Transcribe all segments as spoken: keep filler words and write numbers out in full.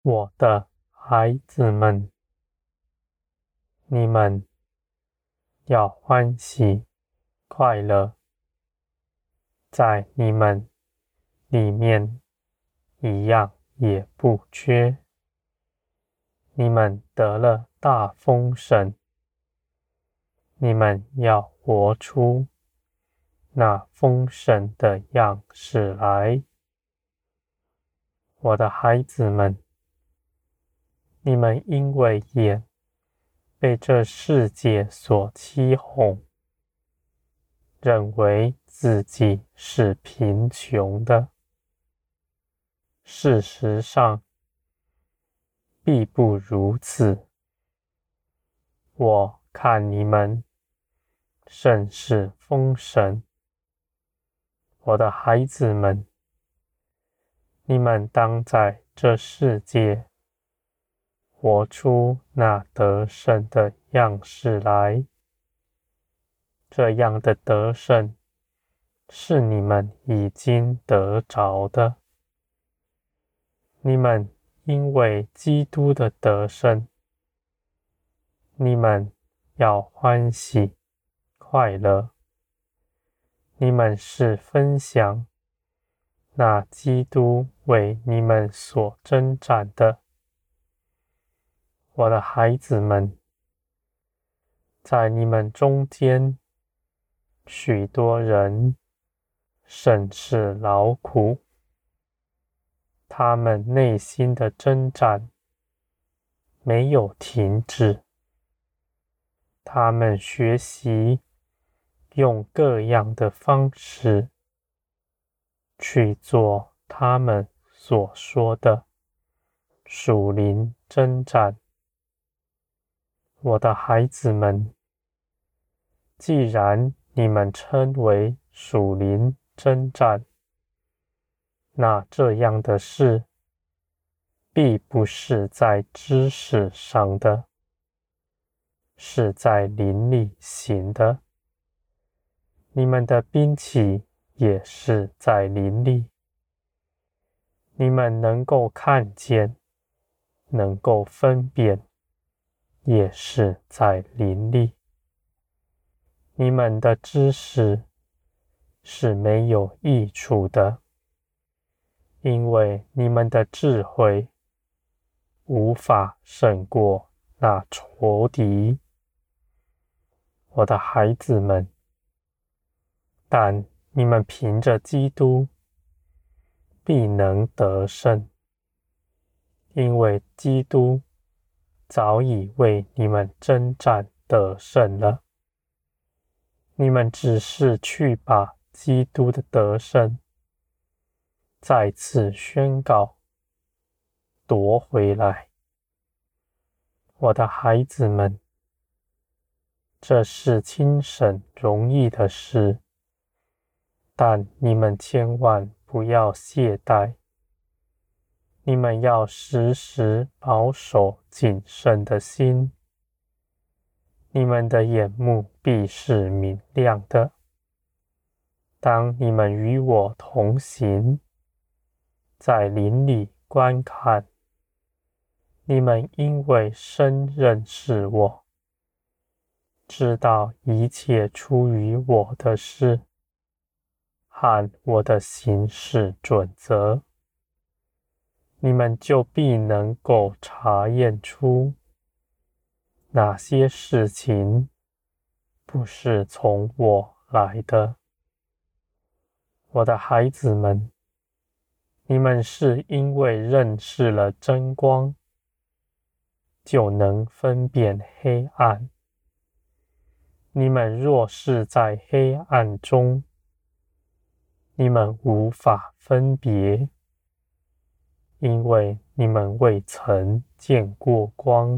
我的孩子们，你们要欢喜快乐，在你们里面一样也不缺。你们得了大丰盛，你们要活出那丰盛的样式来。我的孩子们，你们因为眼被这世界所欺哄，认为自己是贫穷的，事实上必不如此。我看你们甚是丰盛。我的孩子们，你们当在这世界活出那得胜的样式来。这样的得胜是你们已经得着的。你们因为基督的得胜，你们要欢喜快乐。你们是分享那基督为你们所征战的。我的孩子们，在你们中间，许多人甚是劳苦，他们内心的征战没有停止，他们学习用各样的方式去做他们所说的属灵征战。我的孩子们，既然你们称为属灵征战，那这样的事必不是在知识上的，是在灵里行的。你们的兵器也是在灵里，你们能够看见，能够分辨，也是在灵里。你们的知识是没有益处的，因为你们的智慧无法胜过那仇敌。我的孩子们，但你们凭着基督必能得胜，因为基督早已为你们征战得胜了。你们只是去把基督的得胜再次宣告夺回来。我的孩子们，这是轻省容易的事，但你们千万不要懈怠。你们要时时保守谨慎的心，你们的眼目必是明亮的。当你们与我同行，在林里观看，你们因为深认识我，知道一切出于我的事和我的行事准则，你们就必能够查验出哪些事情不是从我来的。我的孩子们，你们是因为认识了真光，就能分辨黑暗。你们若是在黑暗中，你们无法分别，因为你们未曾见过光。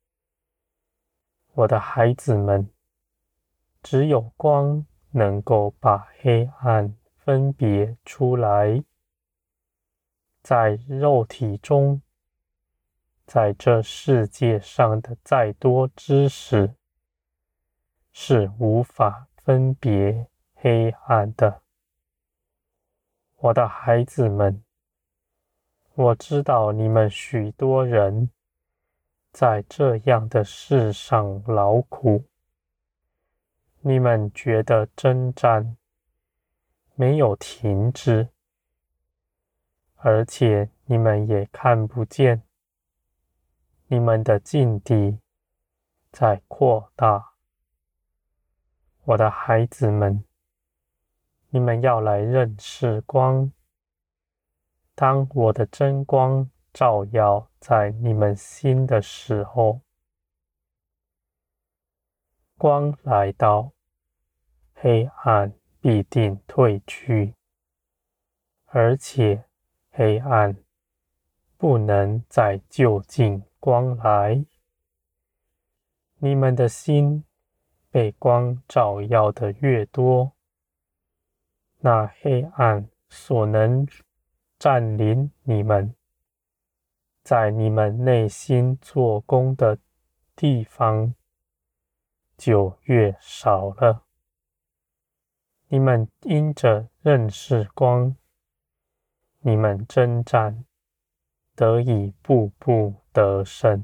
我的孩子们，只有光能够把黑暗分别出来。在肉体中，在这世界上的再多知识，是无法分别黑暗的。我的孩子们， 我知道你们许多人在这样的事上劳苦，你们觉得征战没有停止，而且你们也看不见你们的境地在扩大。我的孩子们，你们要来认识光。当我的真光照耀在你们心的时候，光来到，黑暗必定退去，而且黑暗不能再就近光来。你们的心被光照耀的越多，那黑暗所能占领你们，在你们内心做工的地方就越少了。你们因着认识光，你们征战得以步步得胜。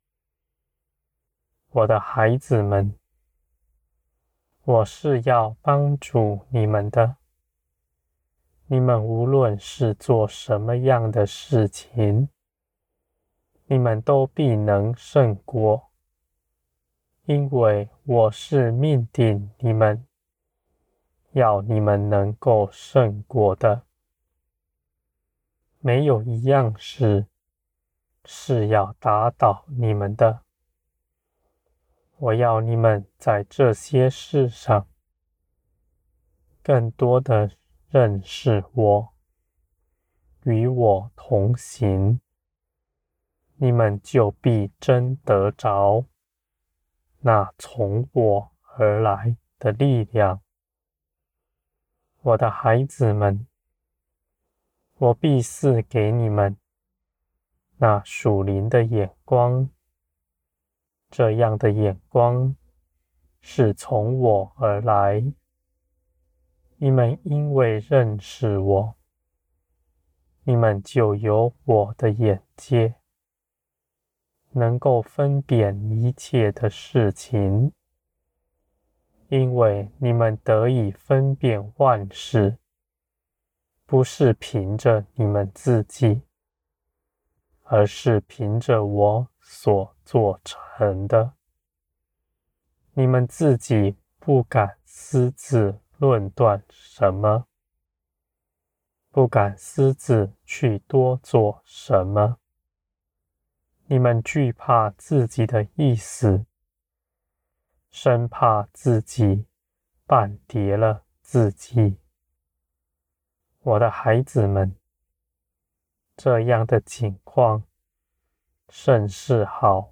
我的孩子们，我是要帮助你们的。你们无论是做什么样的事情，你们都必能胜过，因为我是命定你们，要你们能够胜过的。没有一样事是要打倒你们的。我要你们在这些事上更多的认识我，与我同行，你们就必真得着那从我而来的力量。我的孩子们，我必赐给你们那属灵的眼光，这样的眼光是从我而来。你们因为认识我，你们就有我的眼界，能够分辨一切的事情。因为你们得以分辨万事，不是凭着你们自己，而是凭着我所做成的。你们自己不敢私自论断什么，不敢私自去多做什么。你们惧怕自己的意思，生怕自己绊跌了自己。我的孩子们，这样的情况甚是好。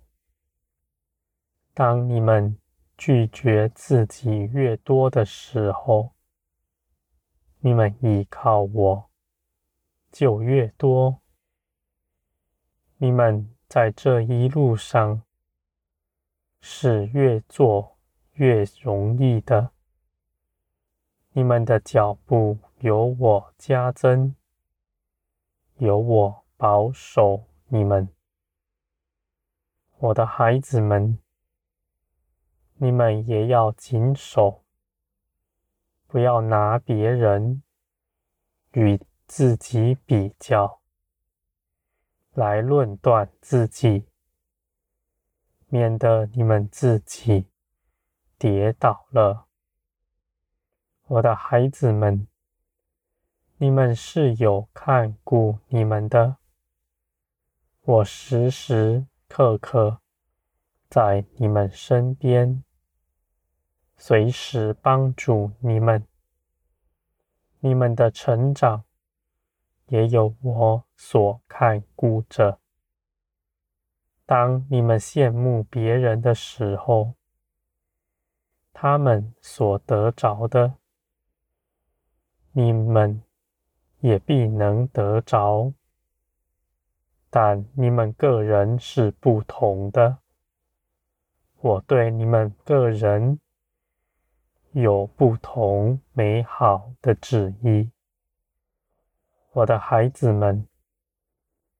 当你们拒绝自己越多的时候，你们依靠我就越多。你们在这一路上是越做越容易的。你们的脚步由我加增，由我保守你们。我的孩子们，你们也要谨守，不要拿别人与自己比较，来论断自己，免得你们自己跌倒了。我的孩子们，你们是有看顾你们的，我时时刻刻在你们身边，随时帮助你们。你们的成长也有我所看顾着。当你们羡慕别人的时候，他们所得着的，你们也必能得着。但你们个人是不同的，我对你们个人有不同美好的旨意。我的孩子们，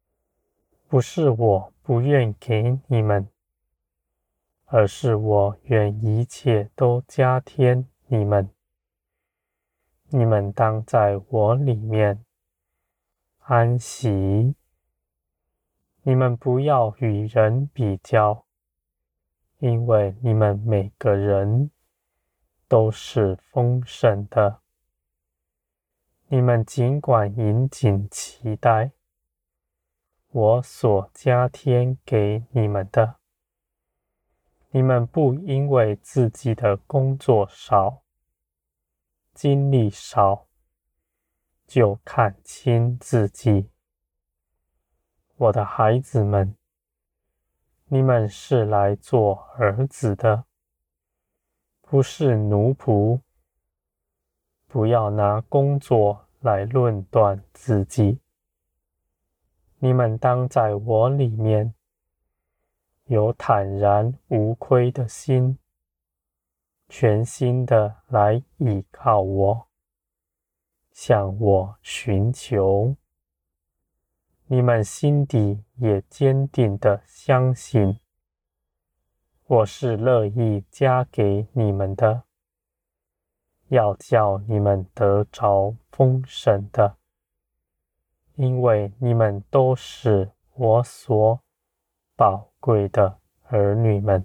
不是我不愿给你们，而是我愿一切都加添你们。你们当在我里面安息。你们不要与人比较，因为你们每个人都是丰盛的。你们尽管引颈期待我所加添给你们的。你们不因为自己的工作少、经历少，就看轻自己。我的孩子们，你们是来做儿子的，不是奴仆。不要拿工作来论断自己。你们当在我里面有坦然无愧的心，全心的来倚靠我，向我寻求。你们心底也坚定的相信，我是乐意加给你们的，要叫你们得着丰盛的，因为你们都是我所宝贵的儿女们。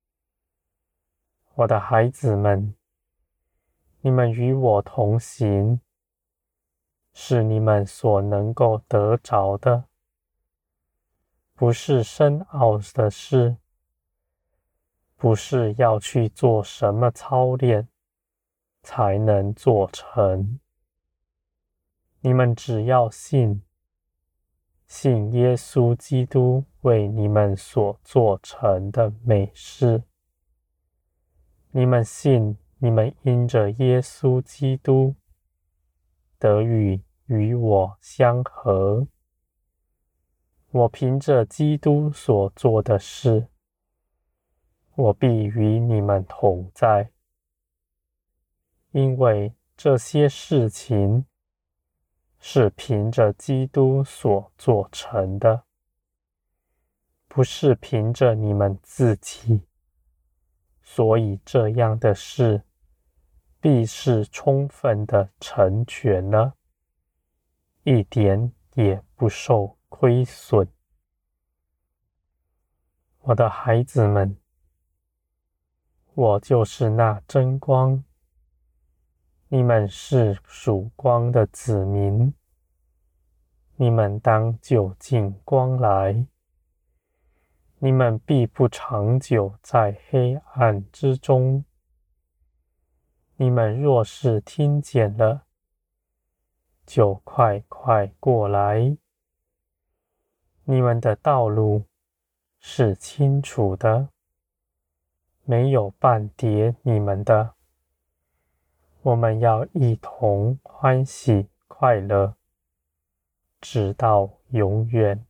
我的孩子们，你们与我同行，是你们所能够得着的，不是深奥的事，不是要去做什么操练才能做成。你们只要信，信耶稣基督为你们所做成的美事。你们信，你们因着耶稣基督得以与我相合。我凭着基督所做的事，我必与你们同在，因为这些事情是凭着基督所做成的，不是凭着你们自己。所以这样的事必是充分的成全了，一点也不受亏损。我的孩子们，我就是那真光，你们是属光的子民，你们当就近光来。你们必不长久在黑暗之中。你们若是听见了，就快快过来。你们的道路是清楚的，没有絆跌你们的。我们要一同欢喜快乐，直到永远。